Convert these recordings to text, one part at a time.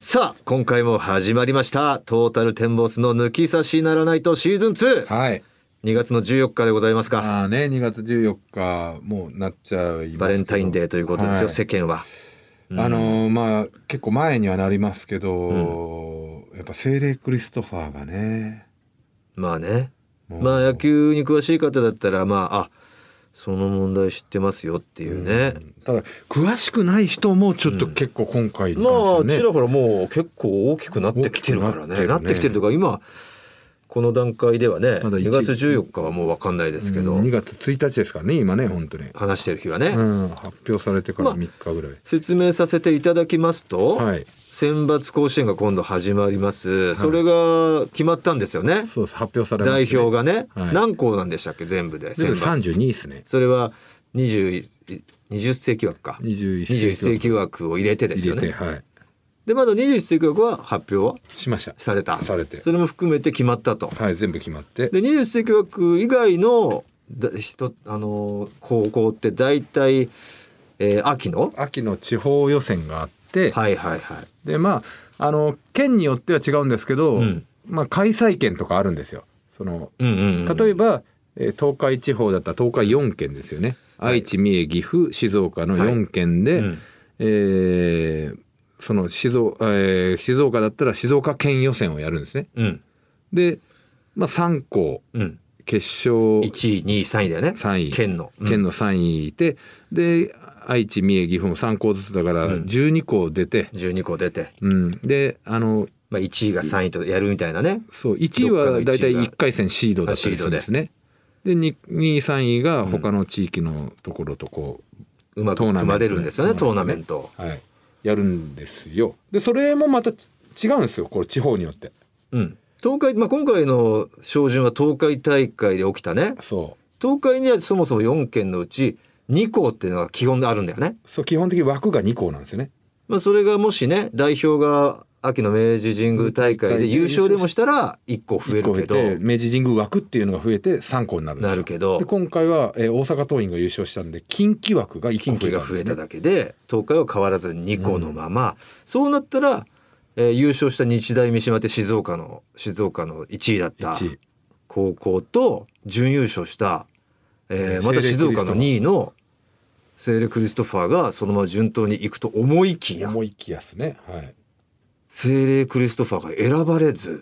さあ今回も始まりましたトータルテンボスの抜き差しならないとシーズン2、 はい、 2月の14日でございますか。 ね、2月14日もうなっちゃいますけど、 バレンタインデーということですよ、はい、世間は。 結構前にはなりますけど、やっぱ聖霊クリストファーがね、 まあね、野球に詳しい方だったらその問題知ってますよっていうね、 ただ詳しくない人もちょっと結構今回に関してはね、 ちらほらもう結構大きくなってきてるからね、なってきてるとか、今この段階ではね、ま、2月14日はもう分かんないですけど、 2月1日ですからね今ね、本当に話してる日はね、 発表されてから3日ぐらい、 説明させていただきますと、 はい、 選抜甲子園が今度始まります、それが決まったんですよね。 そうです、発表されますね、 代表がね、何校なんでしたっけ全部で。 選抜32ですね。 それは20世紀枠か、21世紀枠を入れてですよね。 はい、 でまだ21世紀枠は発表はしました。 されて、それも含めて決まったと。 はい、全部決まって、 で21世紀枠以外の高校って大体、秋の地方予選があって、で県によっては違うんですけど、開催県とかあるんですよ。例えば、東海地方だったら東海4県ですよね。愛知、三重、岐阜、静岡の4県で、その静岡だったら静岡県予選をやるんですね。で、3校、決勝 1位2位3位だよね。 3位県の 3位いて、で愛知、三重、岐阜も3校ずつだから12校出て、 で 1 位が3位とやるみたいなね。 そう、1位はだいたい1回戦シードだったりするんですね。で2位3位が他の地域のところとうまく組まれるんですよね、トーナメント、 やるんですよ。でそれもまた違うんですよ、これ地方によって。 東海、今回の照準は東海大会で起きたね。東海にはそもそも4県のうち2校っていうのが基本であるんだよね。 そう、基本的に枠が2校なんですよね。 それがもしね、代表が秋の明治神宮大会で優勝でもしたら1個増えるけど、 明治神宮枠っていうのが増えて3校になるんですよ。 なるけど、 で今回は、大阪桐蔭が優勝したんで近畿枠が1個増えただけで、東海は変わらず2個のまま、そうなったら、優勝した日大三島って静岡の1位だった高校と準優勝した、また静岡の2位の聖霊クリストファーがそのまま順当に行くと思いきやですね。 聖霊クリストファーが選ばれず、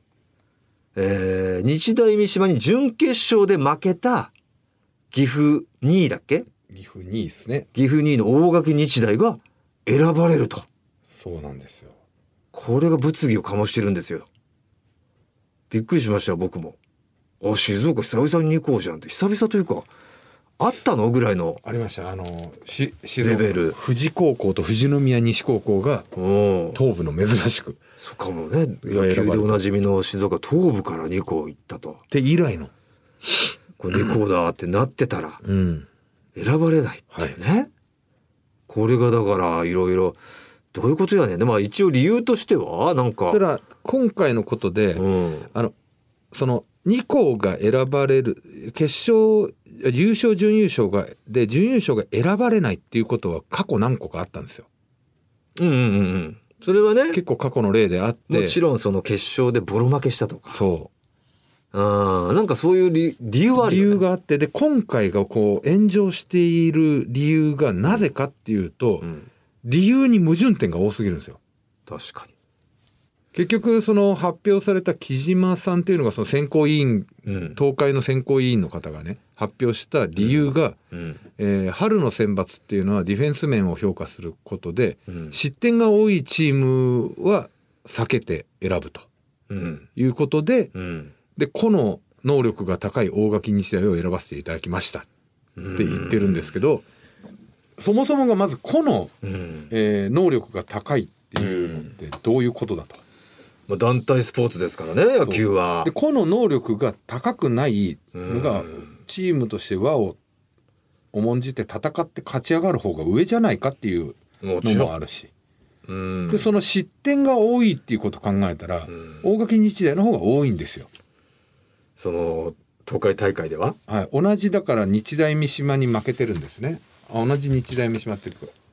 日大三島に準決勝で負けた岐阜2位だっけ？ 岐阜2位ですね。 岐阜2位の大垣日大が選ばれると。 そうなんですよ。 これが物議を醸してるんですよ。びっくりしましたよ、僕も。静岡久々に行こうじゃんって。久々というかあったのぐらいのありました。 レベル。 富士高校と富士宮西高校が東部の珍しく、 そうかもね、野球でおなじみの静岡東部から2校行ったと。 で以来のこれ2校だってなってたら、選ばれないっていうね、これがだからいろいろどういうことやねん。で一応理由としてはなんか、 だから今回のことで、その2校が選ばれる、決勝優勝準優勝で準優勝が選ばれないっていうことは過去何個かあったんですよ。 それはね結構過去の例であって、 もちろんその決勝でボロ負けしたとか、 なんかそういう理由はあるよね。 理由があって、で今回が炎上している理由がなぜかっていうと、理由に矛盾点が多すぎるんですよ。 確かに。 結局その発表された木島さんっていうのがその選考委員、東海の選考委員の方がね発表した理由が、春の選抜っていうのはディフェンス面を評価することで、失点が多いチームは避けて選ぶと、いうことで、で個の能力が高い大垣日大を選ばせていただきましたって言ってるんですけど、そもそもがまず個の、能力が高いっていうのってどういうことだと。 団体スポーツですからね、野球は。 で個の能力が高くないのがチームとして和を重んじて戦って勝ち上がる方が上じゃないかっていうのもあるし、でその失点が多いっていうことを考えたら、大垣日大の方が多いんですよ。 その東海大会では、 同じだから日大三島に負けてるんですね。同じ日大三島っていうか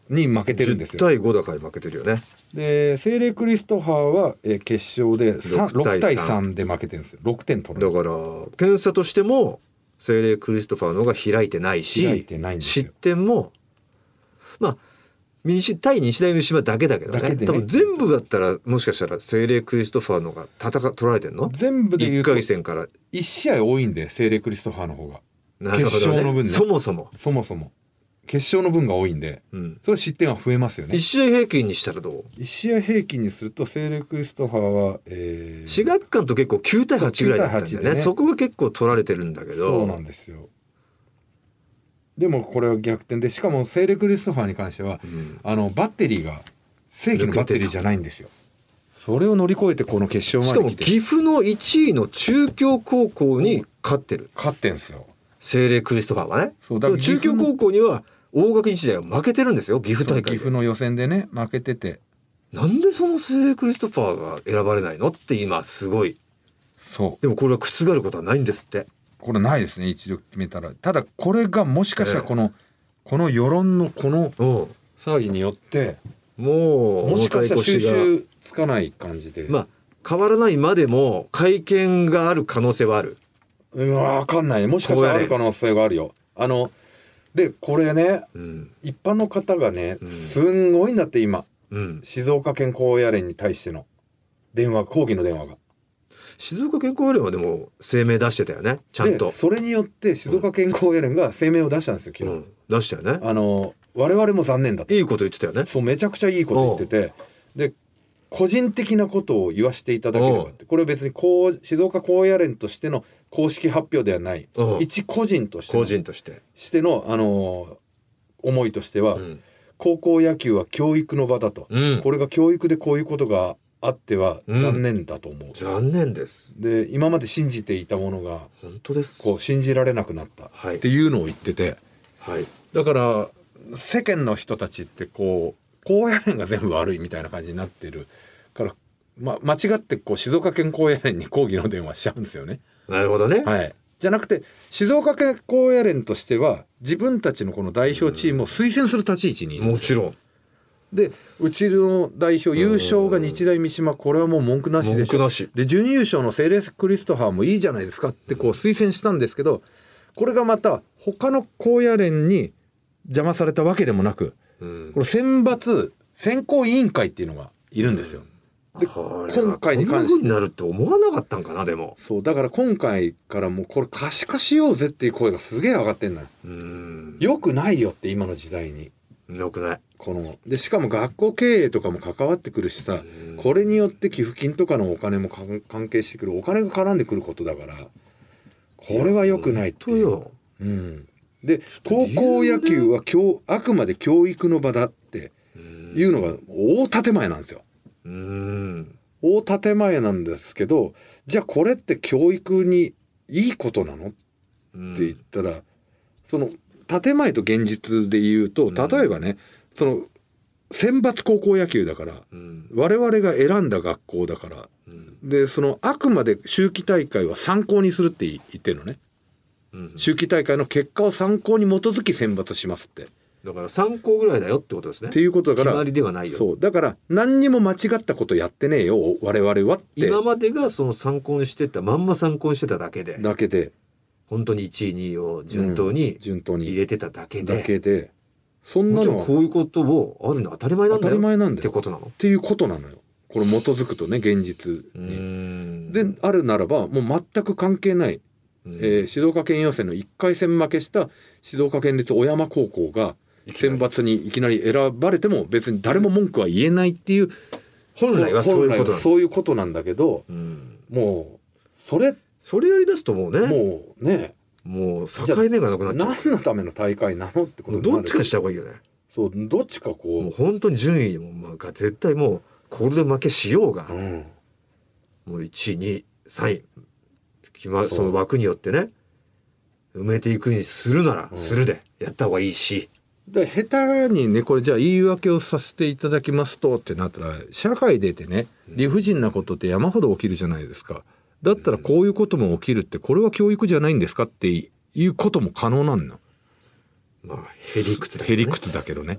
に負けてるんですよ。 10対5だから負けてるよね。 でセーレー・クリストファーは、決勝で6対3で負けてるんですよ。6点取る。 だから点差としてもセーレー・クリストファーの方が開いてないし、 開いてないんですよ。 失点もまあ対日大三島だけだけど ね、多分全部だったらもしかしたらセーレー・クリストファーの方が取られてんの？ 全部で言うと 1回戦から 1試合多いんでセーレー・クリストファーの方が、 なるほどね、 決勝の分ね、 そもそも決勝の分が多いんで、それは失点は増えますよね。 1試合平均にしたらどう ？1試合平均にするとセーレー・クリストファーは、 志学館と結構9対8ぐらいだったんだよ ね。そこが結構取られてるんだけど。 そうなんですよ。でもこれは逆転で、しかもセーレー・クリストファーに関しては、バッテリーが正規のバッテリーじゃないんですよ。それを乗り越えてこの決勝まで来て、 しかも岐阜の1位の中京高校に勝ってる。 勝ってんですよセーレー・クリストファーはね。 そうだから中京高校には大垣日大は負けてるんですよ、岐阜大会で。 岐阜の予選でね負けてて、 なんでそのセーレー・クリストファーが選ばれないのって今すごい。 そうでもこれは覆ることはないんですって。 これないですね、一度決めたら。ただこれがもしかしたらこの世論のこの騒ぎによってもしかしたら収拾つかない感じで、 まあ変わらないまでも会見がある可能性はある。 分かんない、もしかしたらある可能性があるよ。でこれね、一般の方がね、すんごいんだって今、静岡県高野連に対しての抗議の電話が。静岡県高野連はでも声明出してたよね、ちゃんと。 それによって静岡県高野連が声明を出したんですよ昨日、 出したよね。 我々も残念だと。 いいこと言ってたよね。 そう、めちゃくちゃいいこと言ってて、で個人的なことを言わせていただければって、これは別に静岡高野連としての公式発表ではない、一個人としての思いとしては、高校野球は教育の場だと、これが教育でこういうことがあっては残念だと思う、 残念です。 で今まで信じていたものが本当ですこう信じられなくなったっていうのを言ってて、だから世間の人たちって高野連が全部悪いみたいな感じになってるから、間違って静岡県高野連に抗議の電話しちゃうんですよね。 なるほどね。 じゃなくて静岡県高野連としては自分たちのこの代表チームを推薦する立ち位置にいるんですよ。 もちろんでうちの代表優勝が日大三島、これはもう文句なしでしょ。文句なしで準優勝のセーレー・クリストファーもいいじゃないですかって推薦したんですけど、これがまた他の高野連に邪魔されたわけでもなく、これ選考委員会っていうのがいるんですよ。で今回に関してこんな風になるって思わなかったんかな。でもそうだから今回からもうこれ可視化しようぜっていう声がすげえ上がってんだよ。よくないよって今の時代に。 よくない。 でしかも学校経営とかも関わってくるしさ、これによって寄付金とかのお金も関係してくる、お金が絡んでくることだから、これは良くないっていう。で高校野球はあくまで教育の場だっていうのが大建前なんですよ。大建前なんですけど、じゃあこれって教育にいいことなのって言ったら、その建前と現実で言うと、例えばね、その選抜高校野球だから、我々が選んだ学校だから、でそのあくまで秋季大会は参考にするって言ってるのね。秋季大会の結果を参考に基づき選抜しますって。 だから参考ぐらいだよってことですね。 っていうことだから、 決まりではないよ。 そうだから何にも間違ったことやってねえよ我々はって。 今までがその参考にしてたまんま参考にしてただけで本当に1位2位を順当に入れてただけで、 そんなのはこういうことをあるの当たり前なんだよってことなのっていうことなのよ。これ基づくとね、現実にであるならばもう全く関係ない、静岡県予選の1回戦負けした静岡県立小山高校が選抜にいきなり選ばれても別に誰も文句は言えないっていう、 本来はそういうことなんだけど、もうそれやりだすともうね、 もう境目がなくなっちゃう。 何のための大会なのってことになる。 どっちかした方がいいよね。 そうどっちかもう本当に順位も絶対もうこれで負けしようが、もう1位2位3位その枠によってね埋めていくにするならするでやった方がいいし。 で下手にねこれじゃあ言い訳をさせていただきますとってなったら社会出てね理不尽なことって山ほど起きるじゃないですか。だったらこういうことも起きるってこれは教育じゃないんですかっていうことも可能なんだ。 まあへりくつだけどね。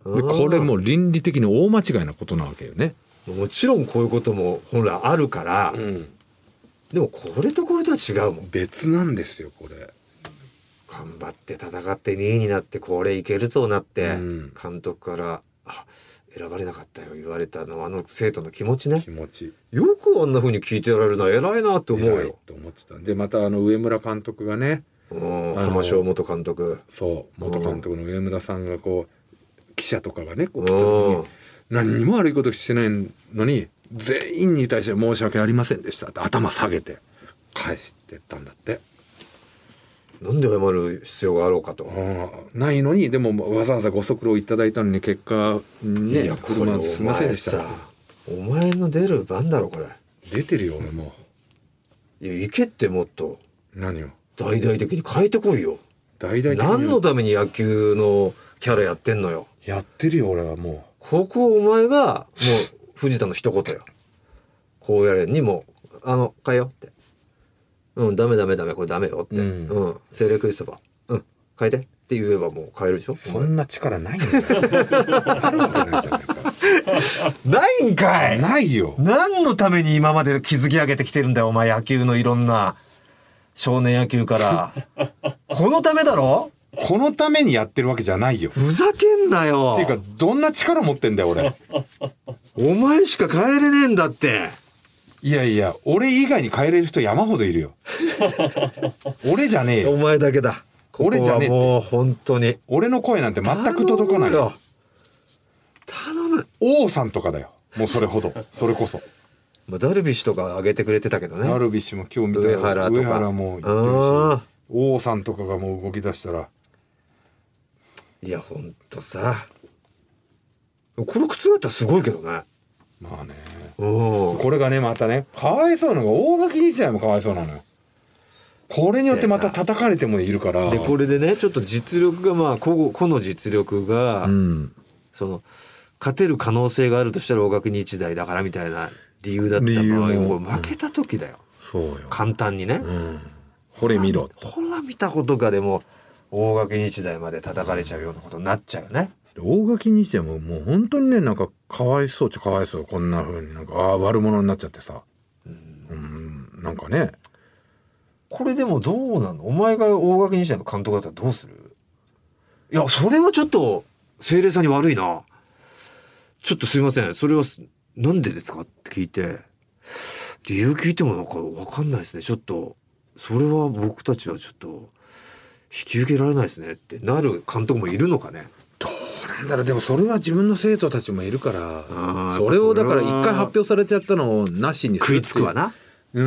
でこれもう倫理的に大間違いなことなわけよね。 もちろんこういうことも本来あるから、でもこれとこれとは違うもん。 別なんですよこれ。 頑張って戦って2位になってこれいけるぞなって、監督から選ばれなかったよ言われたのは生徒の気持ちね。 気持ちよくあんな風に聞いてやられるのは偉いなって思うよ。偉いと思ってた。でまた上村監督がね、 浜翔元監督、 そう元監督の上村さんがこう記者とかがねこう来た時に何にも悪いことしてないのに全員に対して申し訳ありませんでしたって頭下げて返してったんだって。 なんで謝る必要があろうかと。 ないのにでもわざわざご足労いただいたのに結果ね車すいませんでしたって。 お前の出る番だろこれ。 出てるよ俺も。 いや行けってもっと。 何を大々的に変えてこいよ。 大々的に何のために野球のキャラやってんのよ。 やってるよ俺はもう。 ここお前がもう藤田の一言よ。こうやれにも変えよって。ダメこれダメよって。精霊クリストバ変えてって言えばもう変えるでしょ。 そんな力ないんだよ。あるわけないじゃないか。 ないんかい。 ないよ。 何のために今まで築き上げてきてるんだよお前野球のいろんな少年野球からこのためだろ。 このためにやってるわけじゃないよ。 ふざけんなよ。 っていうかどんな力持ってんだよ俺。 お前しか変えれねえんだって。 いやいや俺以外に変えれる人山ほどいるよ。俺じゃねえよ。 お前だけだ。 俺じゃねえって。 もう本当に俺の声なんて全く届かないよ。 頼む。 王さんとかだよもうそれほど。それこそダルビッシュとか上げてくれてたけどね。 ダルビッシュも今日見た上原とか上原も言ってるし王さんとかがもう動き出したらいやほんとさこれ覆ったらすごいけどね。 まあねこれがねまたねかわいそうなのが大垣日大もかわいそうなのよ。これによってまた叩かれてもいるから。 でこれでねちょっと実力が個の実力が、その勝てる可能性があるとしたら大垣日大だからみたいな理由だった場合負けた時だよ。 そうよ簡単にね。 これ見ろと。 ほら見たことかでも大垣日大まで叩かれちゃうようなことになっちゃうよね。 大垣日大ももう本当にねなんかかわいそうっちゃかわいそう。こんな風になんか悪者になっちゃってさ、なんかね。 これでもどうなの。お前が大垣日大の監督だったらどうする。いやそれはちょっと清麗さんに悪いな。ちょっとすいませんそれはなんでですかって聞いて理由聞いてもなんか分かんないですね。ちょっとそれは僕たちはちょっと引き受けられないですねってなる監督もいるのかね。 どうなんだろう。でもそれは自分の生徒たちもいるからそれをだから一回発表されちゃったのをなしに食いつくわな。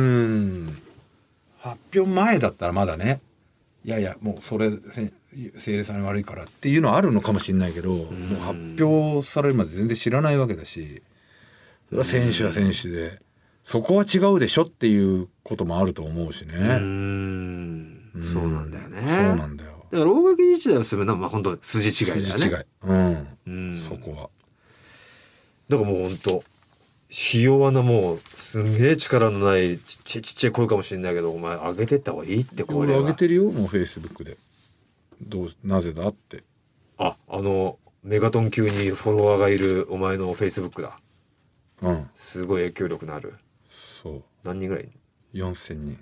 発表前だったらまだねいやいやもうそれ清麗さんに悪いからっていうのはあるのかもしれないけどもう発表されるまで全然知らないわけだしそれは選手は選手でそこは違うでしょっていうこともあると思うしね。そうなんだよね。 そうなんだよ。 だから大垣日大はするのは本当筋違いだよね。 筋違い。そこはだからもう本当ひ弱なもうすんげえ力のないちっちゃい声かもしれないけどお前上げてった方がいいってこれは。 俺上げてるよもうフェイスブックでなぜだってメガトン級にフォロワーがいるお前のフェイスブックだ。すごい影響力のある。 そう何人ぐらい。 4000人。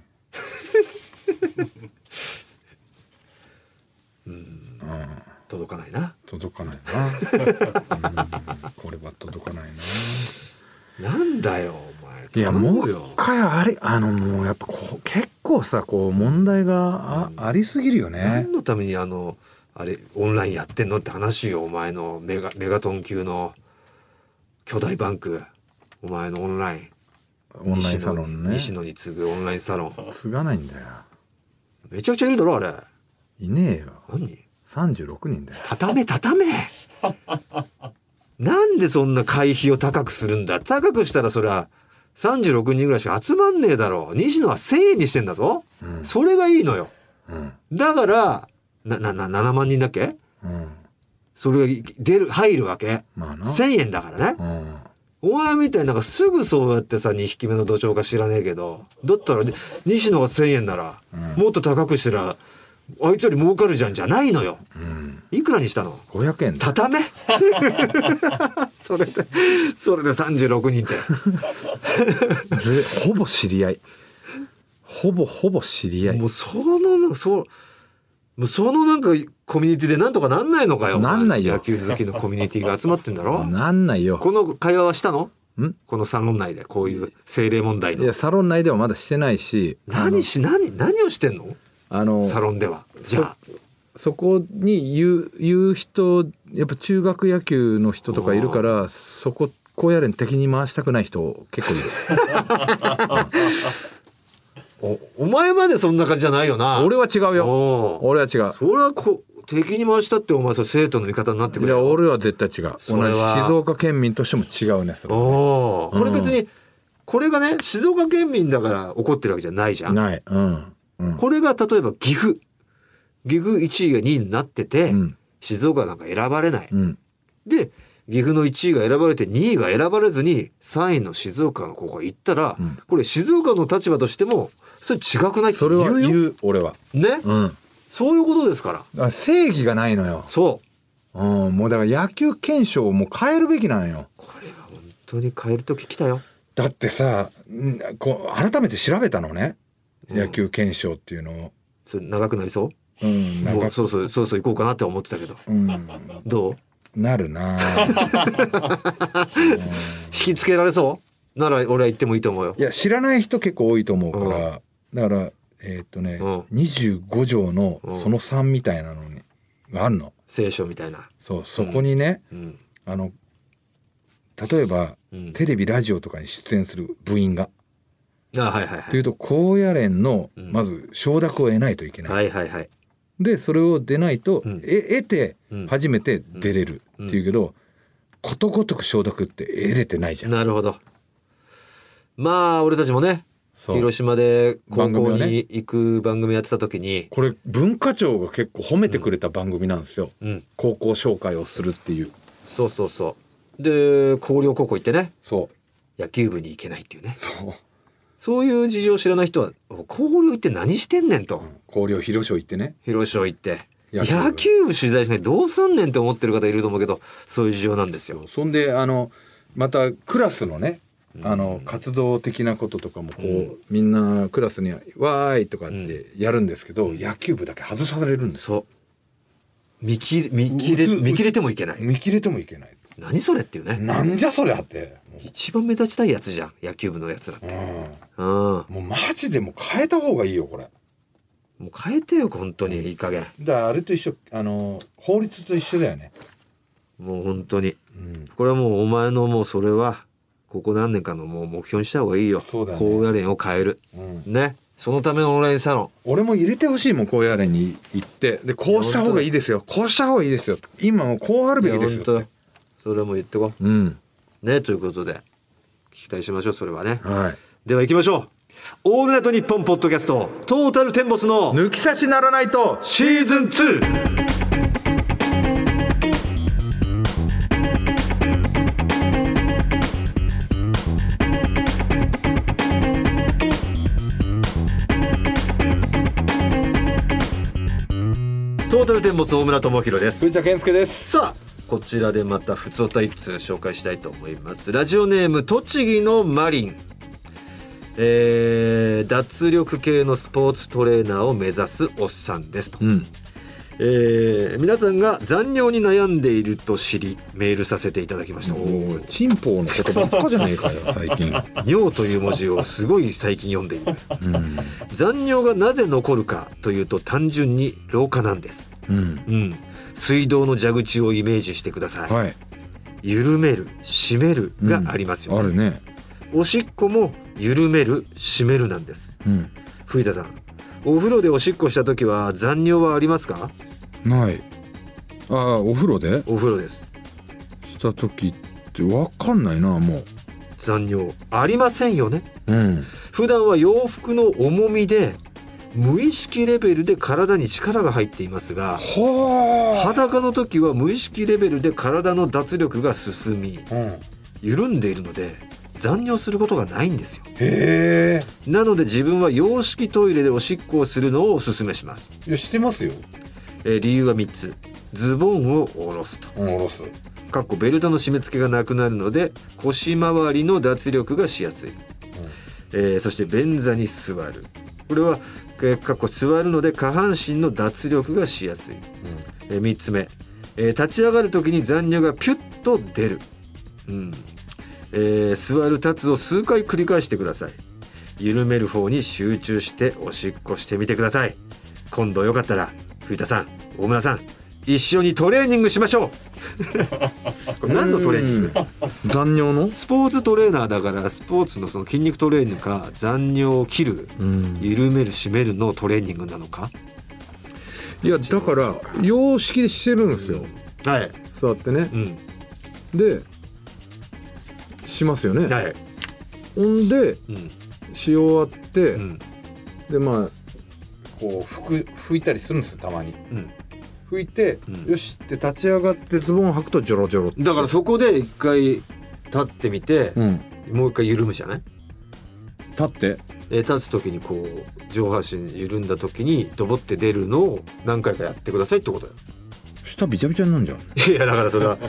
届かないな。 届かないな。これは届かないな。なんだよお前。 いやもう一回もうやっぱ結構さこう問題がありすぎるよね。 何のためにオンラインやってんのって話よ。お前のメガトン級の巨大バンクお前のオンラインサロンね。 西野に次ぐオンラインサロン継がないんだよ。 めちゃくちゃいるだろあれ。 いねえよ。 何 36人だよ。 畳めなんでそんな会費を高くするんだ。高くしたらそりゃ36人ぐらいしか集まんねえだろう。西野は1000円にしてんだぞ、それがいいのよ、だから7万人だっけ、それが入るわけ、1000円だからね、お前みたいになんかすぐそうやってさ2匹目の土壌か知らねえけどだったら西野が1000円なら、もっと高くしたらあいつより儲かるじゃんじゃないのよ、いくらにしたの 500円畳めそれで36人ってほぼ知り合い、ほぼ知り合い。 もうそのなんかコミュニティでなんとかなんないのかよ。 なんないよ。 野球好きのコミュニティが集まってんだろ。 なんないよ。 この会話はしたの？このサロン内でこういう政令問題の。 いやサロン内ではまだしてないし。 何をしてんの？サロンでは。じゃあそこに言う人、やっぱ中学野球の人とかいるから、そこ高野連敵に回したくない人結構いる。 お前までそんな感じじゃないよな。 俺は違うよ。俺は違う。 それは敵に回したってお前生徒の味方になってくれよ。 いや俺は絶対違う。同じ静岡県民としても違うね。それこれ別にこれがね静岡県民だから怒ってるわけじゃないじゃん。 ない。 これが例えば岐阜1位が2位になってて、静岡なんか選ばれない。で岐阜の1位が選ばれて2位が選ばれずに3位の静岡の高校が行ったら、これ静岡の立場としてもそれ違くないって言うよ。 それは言う俺はね、そういうことですから。 正義がないのよ。そう、もうだから野球憲章をもう変えるべきなのよ。 これは本当に変える時来たよ。 だってさ改めて調べたのね、野球憲章っていうのを。 それ長くなりそう？もうそうそう行こうかなって思ってたけど、どうなるな引きつけられそうなら俺は言ってもいいと思うよ。 いや知らない人結構多いと思うから、だから25条のその3みたいなのにがあるの、 聖書みたいな。 そこにね、例えば、テレビラジオとかに出演する部員がっていうと高野連のまず承諾を得ないといけない。でそれを出ないと、得て初めて出れるっていうけど、ことごとく承諾って得れてないじゃん。 なるほど。まあ俺たちもね広島で高校に行く番組やってた時に、 これ文化庁が結構褒めてくれた番組なんですよ、高校紹介をするっていう。 そうで広陵高校行ってね、野球部に行けないっていうね。そういう事情を知らない人は広陵行って何してんねんと。 広陵広商行ってね。 広商行って野球部取材しないどうすんねんって思ってる方いると思うけど、そういう事情なんですよ。 そんでまたクラスのね活動的なこととかもみんなクラスにわーいとかってやるんですけど、野球部だけ外されるんですよ。 見切れてもいけない。何それっていうね。 なんじゃそりゃって。 一番目立ちたいやつじゃん野球部のやつらって。 もうマジでもう変えた方がいいよこれ。 もう変えてよ本当にいい加減。 だからあれと一緒、法律と一緒だよね。 もう本当に、これはもうお前のもうそれはここ何年かのもう目標にした方がいいよ。そうだね。高野連を変える、ね。そのためのオンラインサロン。 俺も入れてほしいもん高野連に行って、でこうした方がいいですよ、こうした方がいいですよ、今もうこうあるべきですよって。 それはもう言ってこう。ね、ということで期待しましょうそれはね。では行きましょう。オールナイトニッポンポッドキャストトータルテンボスの抜き差しならないとシーズン2。トータルテンボス大村智弘です。 藤田健介です。 さあこちらでまたふつおた一通紹介したいと思います。ラジオネーム栃木のマリン。脱力系のスポーツトレーナーを目指すおっさんですと、皆さんが残尿に悩んでいると知りメールさせていただきました。 チンポのことばっかじゃねえかよ最近。 尿という文字をすごい最近読んでいる、残尿がなぜ残るかというと単純に老化なんです、水道の蛇口をイメージしてください、緩める締めるがありますよね、 あるね。 おしっこも緩める締めるなんです、藤田さんお風呂でおしっこした時は残尿はありますか？ ない。お風呂で？ お風呂ですした時って分かんないな。もう残尿ありませんよね、普段は洋服の重みで無意識レベルで体に力が入っていますが、裸の時は無意識レベルで体の脱力が進み、緩んでいるので残尿することがないんですよ。 へえ。 なので自分は洋式トイレでおしっこをするのをお勧めします。 いやしてますよ。 理由は3つ。ズボンを下ろすと、 下ろす。 ベルトの締め付けがなくなるので腰回りの脱力がしやすい、そして便座に座る。これは座るので下半身の脱力がしやすい、3つ目、立ち上がる時に残尿がピュッと出る、座る立つを数回繰り返してください。緩める方に集中しておしっこしてみてください。今度よかったら藤田さん、大村さん、一緒にトレーニングしましょう。これ何のトレーニング？ 残尿のスポーツトレーナーだから、スポーツのその筋肉トレーニングか、残尿を切る、緩める締めるのトレーニングなのか。 いやだから洋式でしてるんですよ、 はい、 座ってね、でしますよね、 はい、 ほんで、し終わって、でまあこう拭いたりするんですよたまに、拭いて、よしって立ち上がってズボン履くとジョロジョロ。 だからそこで一回立ってみて、もう一回緩むじゃない。 立って立つ時にこう上半身緩んだ時にドボって出るのを何回かやってくださいってことだよ。 下びちゃびちゃになるんじゃん。 いやだからそれは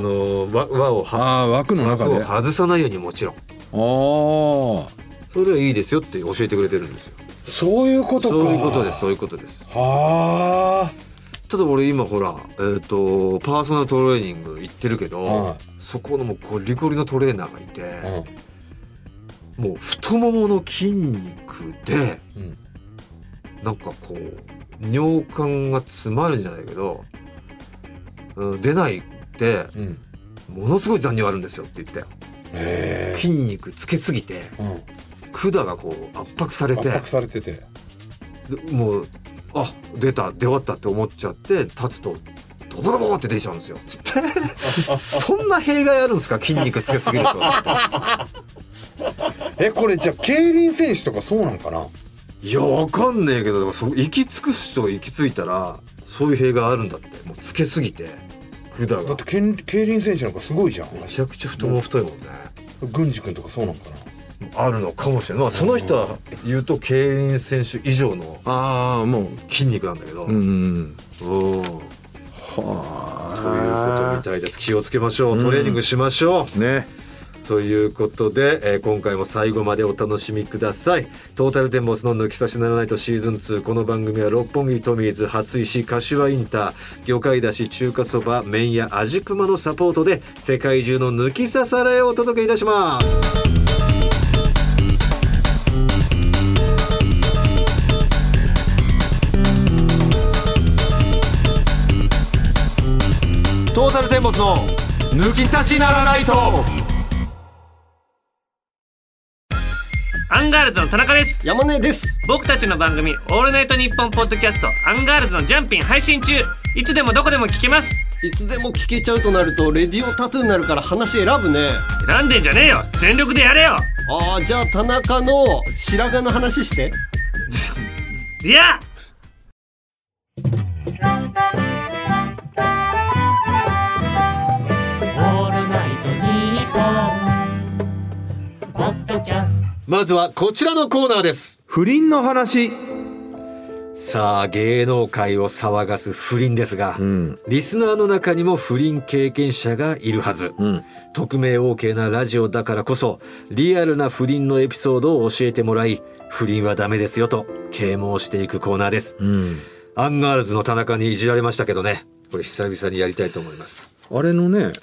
枠の中で枠を外さないように、もちろんそれはいいですよって教えてくれてるんですよ。 そういうことか。 そういうことです、そういうことです。 はあ。 ただ俺今ほら、パーソナルトレーニング行ってるけど、そこのもうゴリゴリのトレーナーがいて、もう太ももの筋肉で、なんかこう尿管が詰まるんじゃないけど、出ないって、ものすごい残尿あるんですよって言ったよ。筋肉つけすぎて、管がこう圧迫されてて、もう出終わったって思っちゃって立つとドボドボって出ちゃうんですよつってそんな弊害あるんですか、筋肉つけすぎると。 これじゃあ競輪選手とかそうなんかな。 いやわかんねえけど、でも行き着く人が行き着いたらそういう弊害あるんだって。もうつけすぎて管が。 だって競輪選手なんかすごいじゃん。 めちゃくちゃ太もも太いもんね。 郡司君とかそうなんかな。 あるのかもしれない。その人は言うと競輪選手以上のもう筋肉なんだけど、はあ、ということみたいです。気をつけましょう。トレーニングしましょう、ね。ということで、今回も最後までお楽しみください。トータルテンボスの抜き差しならないとシーズン2。この番組は六本木トミーズ、初石、柏インター、魚介だし、中華そば、麺屋味熊のサポートで世界中の抜き差されをお届けいたします。トータルテンボスの抜き差しならないと。 アンガールズの田中です。 山根です。 僕たちの番組オールナイトニッポンポッドキャストアンガールズのジャンピン配信中。いつでもどこでも聞けます。 いつでも聞けちゃうとなるとレディオタトゥーになるから話選ぶね。 選んでんじゃねえよ、全力でやれよ。 じゃあ田中の白髪の話していやまずはこちらのコーナーです。 不倫の話。 さあ芸能界を騒がす不倫ですが、リスナーの中にも不倫経験者がいるはず、匿名 OK なラジオだからこそリアルな不倫のエピソードを教えてもらい、不倫はダメですよと啓蒙していくコーナーです、アンガールズの田中にいじられましたけどね、これ久々にやりたいと思います。 あれのね、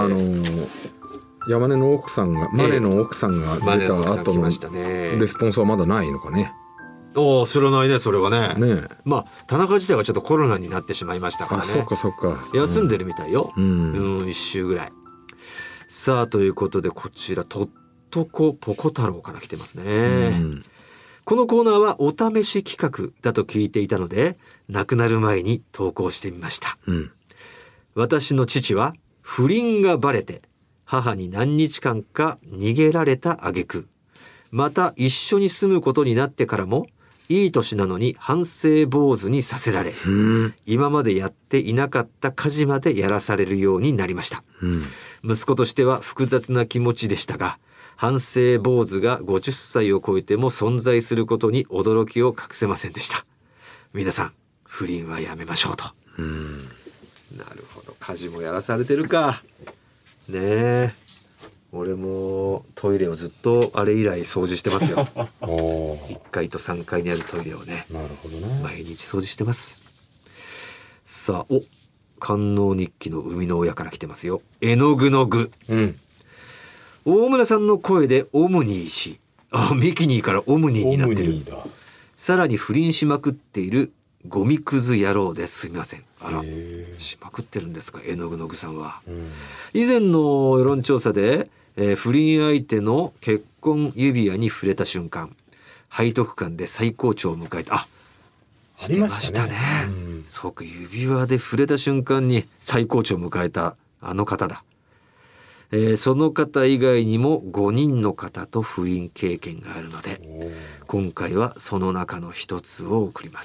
山根の奥さんが、マネの奥さんが出た後のレスポンスはまだないのかね。 知らないね、それはね。まあ田中自体はちょっとコロナになってしまいましたからね。 そうかそうか。 休んでるみたいよ。1週ぐらい。さあということで、こちらとっとこポコ太郎から来てますね。このコーナーはお試し企画だと聞いていたので、亡くなる前に投稿してみました。私の父は不倫がバレて母に何日間か逃げられた挙句、また一緒に住むことになってからもいい年なのに反省坊主にさせられ、今までやっていなかった家事までやらされるようになりました。息子としては複雑な気持ちでしたが、 反省坊主が50歳を超えても存在することに驚きを隠せませんでした。皆さん不倫はやめましょうと。なるほど、家事もやらされてるかねえ。俺もトイレをずっとあれ以来掃除してますよ1階と3階にあるトイレをね。 なるほどね。 毎日掃除してます。さあ、官能日記の生みの親から来てますよ。絵の具の具、大村さんの声でオムニーし、ミキニーからオムニーになってる。さらに不倫しまくっているゴミクズ野郎です。すみません。あら、しまくってるんですか、絵の具の具さんは。以前の世論調査で、不倫相手の結婚指輪に触れた瞬間、背徳感で最高潮を迎えた。ありましたね。そうか、指輪で触れた瞬間に最高潮を迎えたあの方だ。その方以外にも5人の方と不倫経験があるので、今回はその中の一つを送ります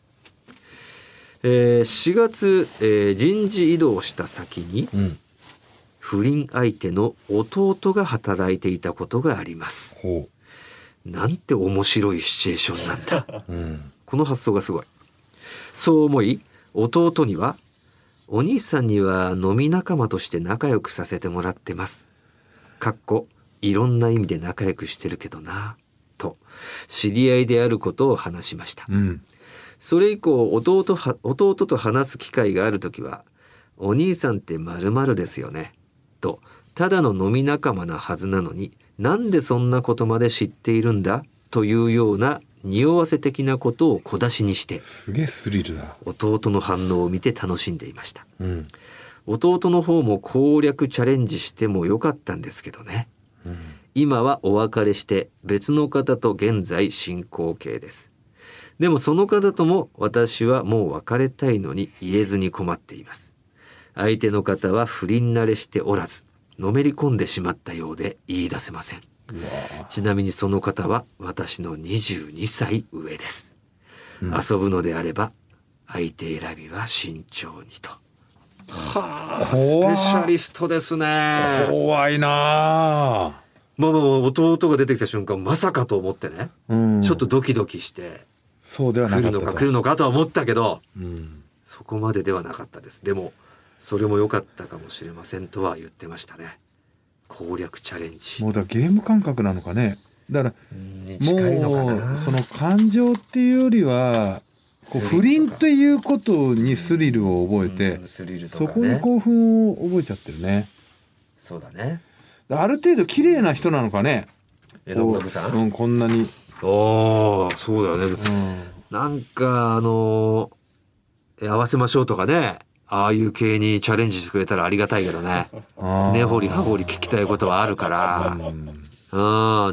。4月、人事異動した先に、不倫相手の弟が働いていたことがあります。なんて面白いシチュエーションなんだ、この発想がすごい。そう思い、弟にはお兄さんには飲み仲間として仲良くさせてもらってます。いろんな意味で仲良くしてるけどなと知り合いであることを話しました。それ以降弟と話す機会があるときは、お兄さんって〇〇ですよねと、ただの飲み仲間なはずなのになんでそんなことまで知っているんだというような匂わせ的なことを小出しにして、 すげえスリルだ。 弟の反応を見て楽しんでいました。弟の方も攻略チャレンジしてもよかったんですけどね。今はお別れして別の方と現在進行形です。でもその方とも私はもう別れたいのに言えずに困っています。相手の方は不倫慣れしておらず、のめり込んでしまったようで言い出せません。ちなみにその方は私の22歳上です。遊ぶのであれば相手選びは慎重にと。はあ、スペシャリストですね。 怖いな。 弟が出てきた瞬間まさかと思ってね、ちょっとドキドキしてそうではなかった来るのかとは思ったけど、そこまでではなかったです。でもそれも良かったかもしれませんとは言ってましたね。攻略チャレンジ。 もうだゲーム感覚なのかね。だから近いのかな。 もうその感情っていうよりはこう不倫ということにスリルを覚えて、 スリルとかね、 そこに興奮を覚えちゃってるね。 そうだね。 ある程度綺麗な人なのかね。 絵の具さん、 こんなに。 そうだよね。なんか合わせましょうとかね、ああいう系にチャレンジしてくれたらありがたいけどね。根掘り葉掘り聞きたいことはあるから、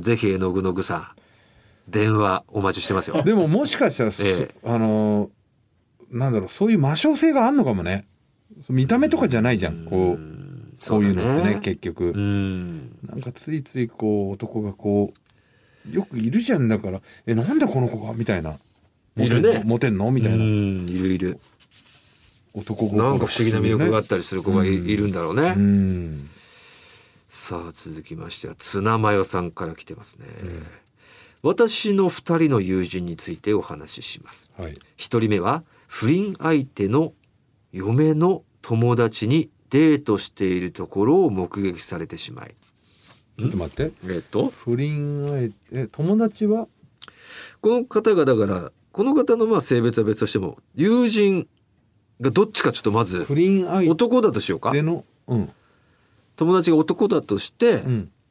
ぜひ絵の具さん電話お待ちしてますよ。 でももしかしたら、なんだろう、そういう魔性性があんのかもね。見た目とかじゃないじゃん。そういうのってね、結局なんかついついこう男がこうよくいるじゃん。だからなんでこの子がみたいな、 いるね、 モテんのみたいな。 いる男なんか不思議な魅力があったりする子がいるんだろうね。さあ続きましてはツナマヨさんから来てますね。私の2人の友人についてお話しします。1人目は不倫相手の嫁の友達にデートしているところを目撃されてしまい。 ちょっと待って。不倫相手友達はこの方がだからこの方の性別は別としても友人がどっちかちょっとまず男だとしようか。友達が男だとして、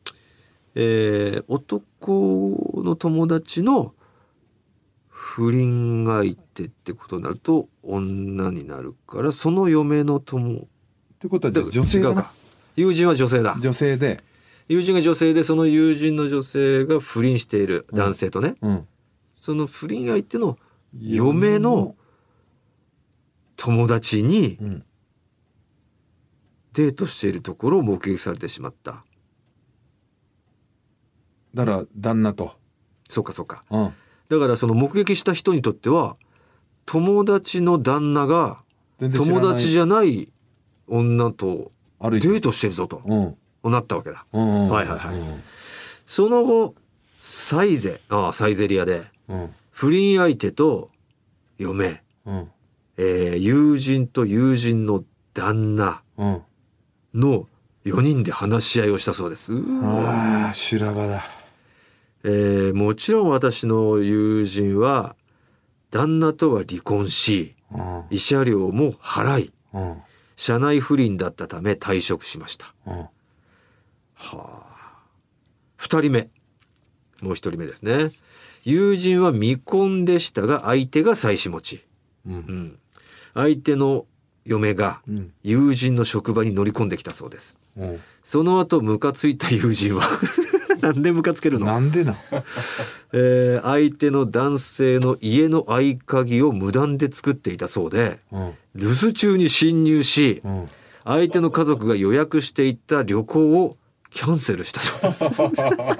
男の友達の不倫相手ってことになると女になるから、その嫁のってことはじゃあ女性だな。 友人は女性だ。 女性で友人が女性で、その友人の女性が不倫している男性とね、その不倫相手の嫁の友達にデートしているところを目撃されてしまった。 だから旦那と。 そうか、だからその目撃した人にとっては友達の旦那が友達じゃない女とデートしてるぞとなったわけだ。 その後サイゼリアで不倫相手と嫁、友人と友人の旦那の4人で話し合いをしたそうです。 ああ修羅場だ。 もちろん私の友人は旦那とは離婚し、慰謝料も払い、社内不倫だったため退職しました。2人目、もう1人目ですね。友人は未婚でしたが相手が妻子持ち、相手の嫁が友人の職場に乗り込んできたそうです。その後ムカついた友人はなんでムカつけるの？ なんでな、 相手の男性の家の合鍵を無断で作っていたそうで、留守中に侵入し、相手の家族が予約していた旅行をキャンセルしたそう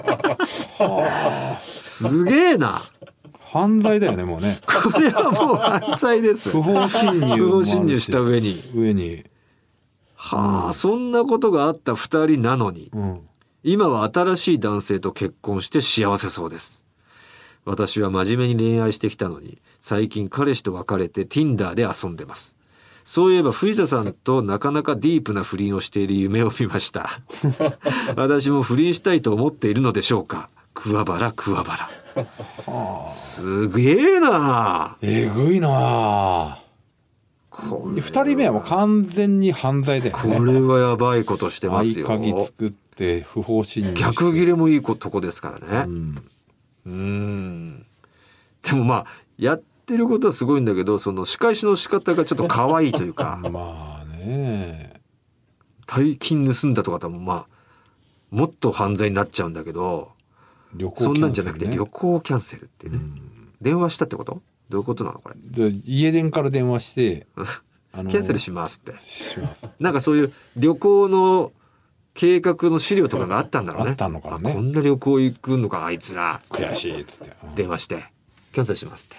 です。すげえな。 犯罪だよねもうね。 これはもう犯罪です。 不法侵入した上にそんなことがあった2人なのに、今は新しい男性と結婚して幸せそうです。私は真面目に恋愛してきたのに最近彼氏と別れて Tinder で遊んでます。そういえば藤田さんとなかなかディープな不倫をしている夢を見ました私も不倫したいと思っているのでしょうか。桑原すげえな。 えぐいな。2人目はもう完全に犯罪だよね。 これはやばいことしてますよ。 合鍵作って不法侵入して逆切れもいいとこですからね。でもまあやってることはすごいんだけど、その仕返しの仕方がちょっと可愛いというかまあね、 大金盗んだとか多分まあもっと犯罪になっちゃうんだけど、そんなんじゃなくて旅行キャンセルっていうね、電話したってこと？どういうことなのこれ？ 家電から電話してキャンセルしますってなんかそういう旅行の計画の資料とかがあったんだろうね。 あったのかね。 こんな旅行行くのかあいつら。 悔しいっつって電話してキャンセルしますって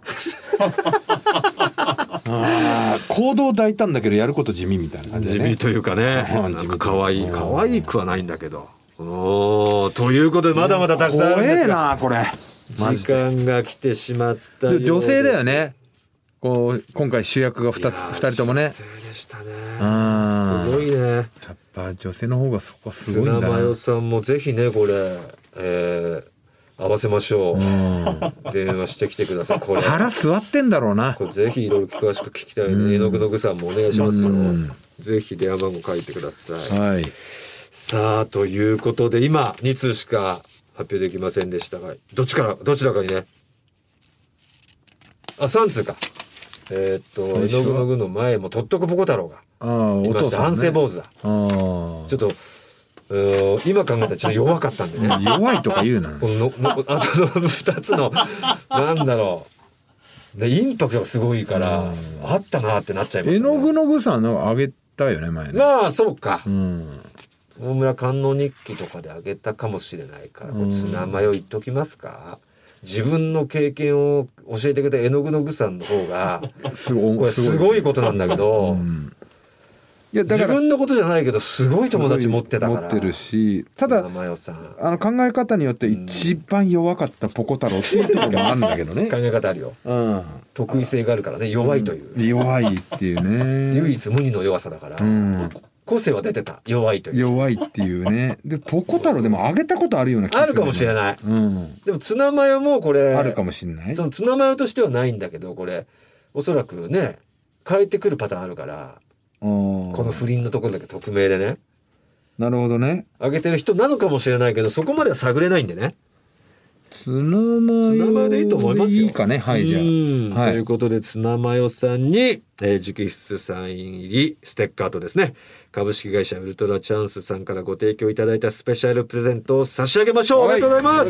行動大胆だけどやること地味みたいな感じでね。 地味というかね、なんか可愛いくはないんだけど。ということでまだまだたくさんあるんですが、 怖えなこれ。時間が来てしまったようです。 女性だよね。こう今回主役が2人ともね。 女性でしたね。すごいね。 やっぱ女性の方がそこすごいんだな。 砂マさんもぜひねこれ、合わせましょう。電話してきてください。これ腹座ってんだろうな。 これぜひいろいろ詳しく聞きたいね。えのぐのぐさんもお願いしますよ。ぜひ電話番号書いてください。 はい。 さあということで今2通しか発表できませんでしたが、どちらかにね、3通か。えのぐのぐの前もとっとこぽこ太郎がいました。反省坊主だ。ちょっと今考えたらちょっと弱かったんでね。 弱いとか言うな。 このあとの2つのなんだろう、インパクトがすごいからあったなってなっちゃいましたね。 えのぐのぐさんのあげたよね前ね。 まあそうか。大村観音日記とかであげたかもしれないから、ツナマヨ言っときますか。自分の経験を教えてくれたえのぐのぐさんの方がこれすごいことなんだけど、いやだから自分のことじゃないけどすごい友達持ってたから。 持ってるし、ただ考え方によって一番弱かったポコ太郎っていうところもあるんだけどね。 考え方あるよ。得意性があるからね、弱いという。 弱いっていうね。 唯一無二の弱さだから。個性は出てた。弱いという。 弱いっていうね。でポコ太郎でもあげたことあるような気がする。 あるかもしれない。でもツナマヨもこれあるかもしれない。 そのツナマヨとしてはないんだけど、これおそらくね変えてくるパターンあるから。この不倫のところだけ匿名でね。 なるほどね。 あげてる人なのかもしれないけど、そこまでは探れないんでね。 ツナマヨでいいと思いますよ。いいかね。はいじゃあ。 ということでツナマヨさんに、直筆サイン入りステッカーとですね、株式会社ウルトラチャンスさんからご提供いただいたスペシャルプレゼントを差し上げましょう。おめでとうございます。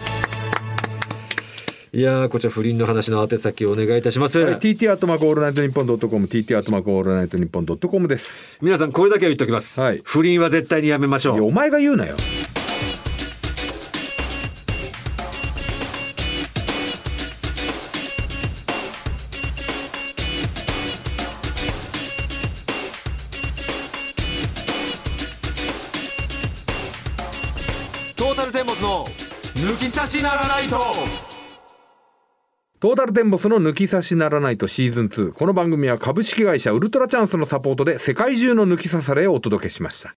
いやこちら不倫の話の宛先をお願いいたします。 TT アットマークオールナイトニッポンドットコム TT アットマークオールナイトニッポンドットコムです。 皆さんこれだけは言っておきます。不倫は絶対にやめましょう。 いやお前が言うなよ。 トータルルテンボスの抜き差しならないと。 トータルテンボスの抜き差しならないとシーズン2。この番組は株式会社ウルトラチャンスのサポートで世界中の抜き差されをお届けしました。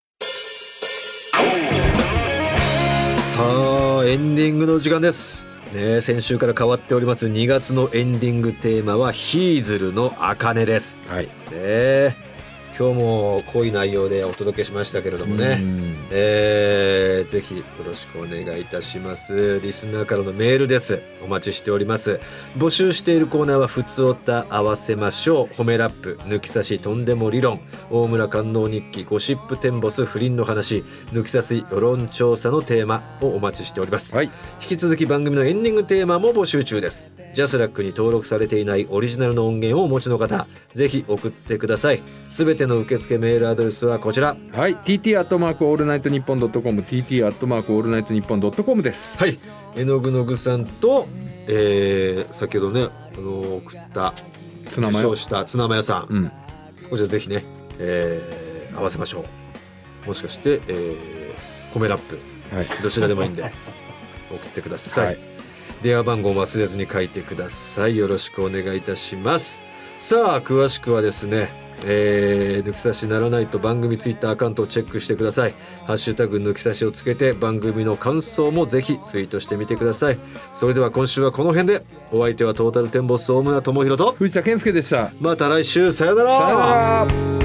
さあエンディングの時間です、先週から変わっております2月のエンディングテーマはヒーズルの茜です、はい、今日も濃い内容でお届けしましたけれどもね、ぜひよろしくお願いいたします。リスナーからのメールです。お待ちしております。募集しているコーナーはふつおた合わせましょう、褒めラップ、抜き差しとんでも理論、大村官能日記、ゴシップテンボス、不倫の話、抜き差し世論調査のテーマをお待ちしております、はい、引き続き番組のエンディングテーマも募集中です。ジャスラックに登録されていないオリジナルの音源をお持ちの方、ぜひ送ってください。すべての受付メールアドレスはこちら、 はい、tt@allnightnippon.com tt@allnightnippon.com です。 はい、絵の具の具さんと、先ほどね送った受賞したツナマヨさん、こちらぜひね、合わせましょう。もしかして、褒めラップ、はい、どちらでもいいんで送ってください、はい、電話番号も忘れずに書いてください。よろしくお願いいたします。さあ詳しくはですね、抜き差しならないと番組ツイッターアカウントをチェックしてください。ハッシュタグ抜き差しをつけて番組の感想もぜひツイートしてみてください。それでは今週はこの辺で。お相手はトータルテンボス大村智広と藤田健介でした。 また来週、さよなら。さよなら。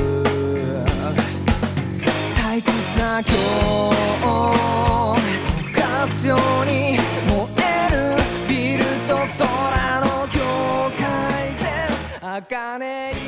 退屈な今日を溶かすように燃えるビルと空の境界線、茜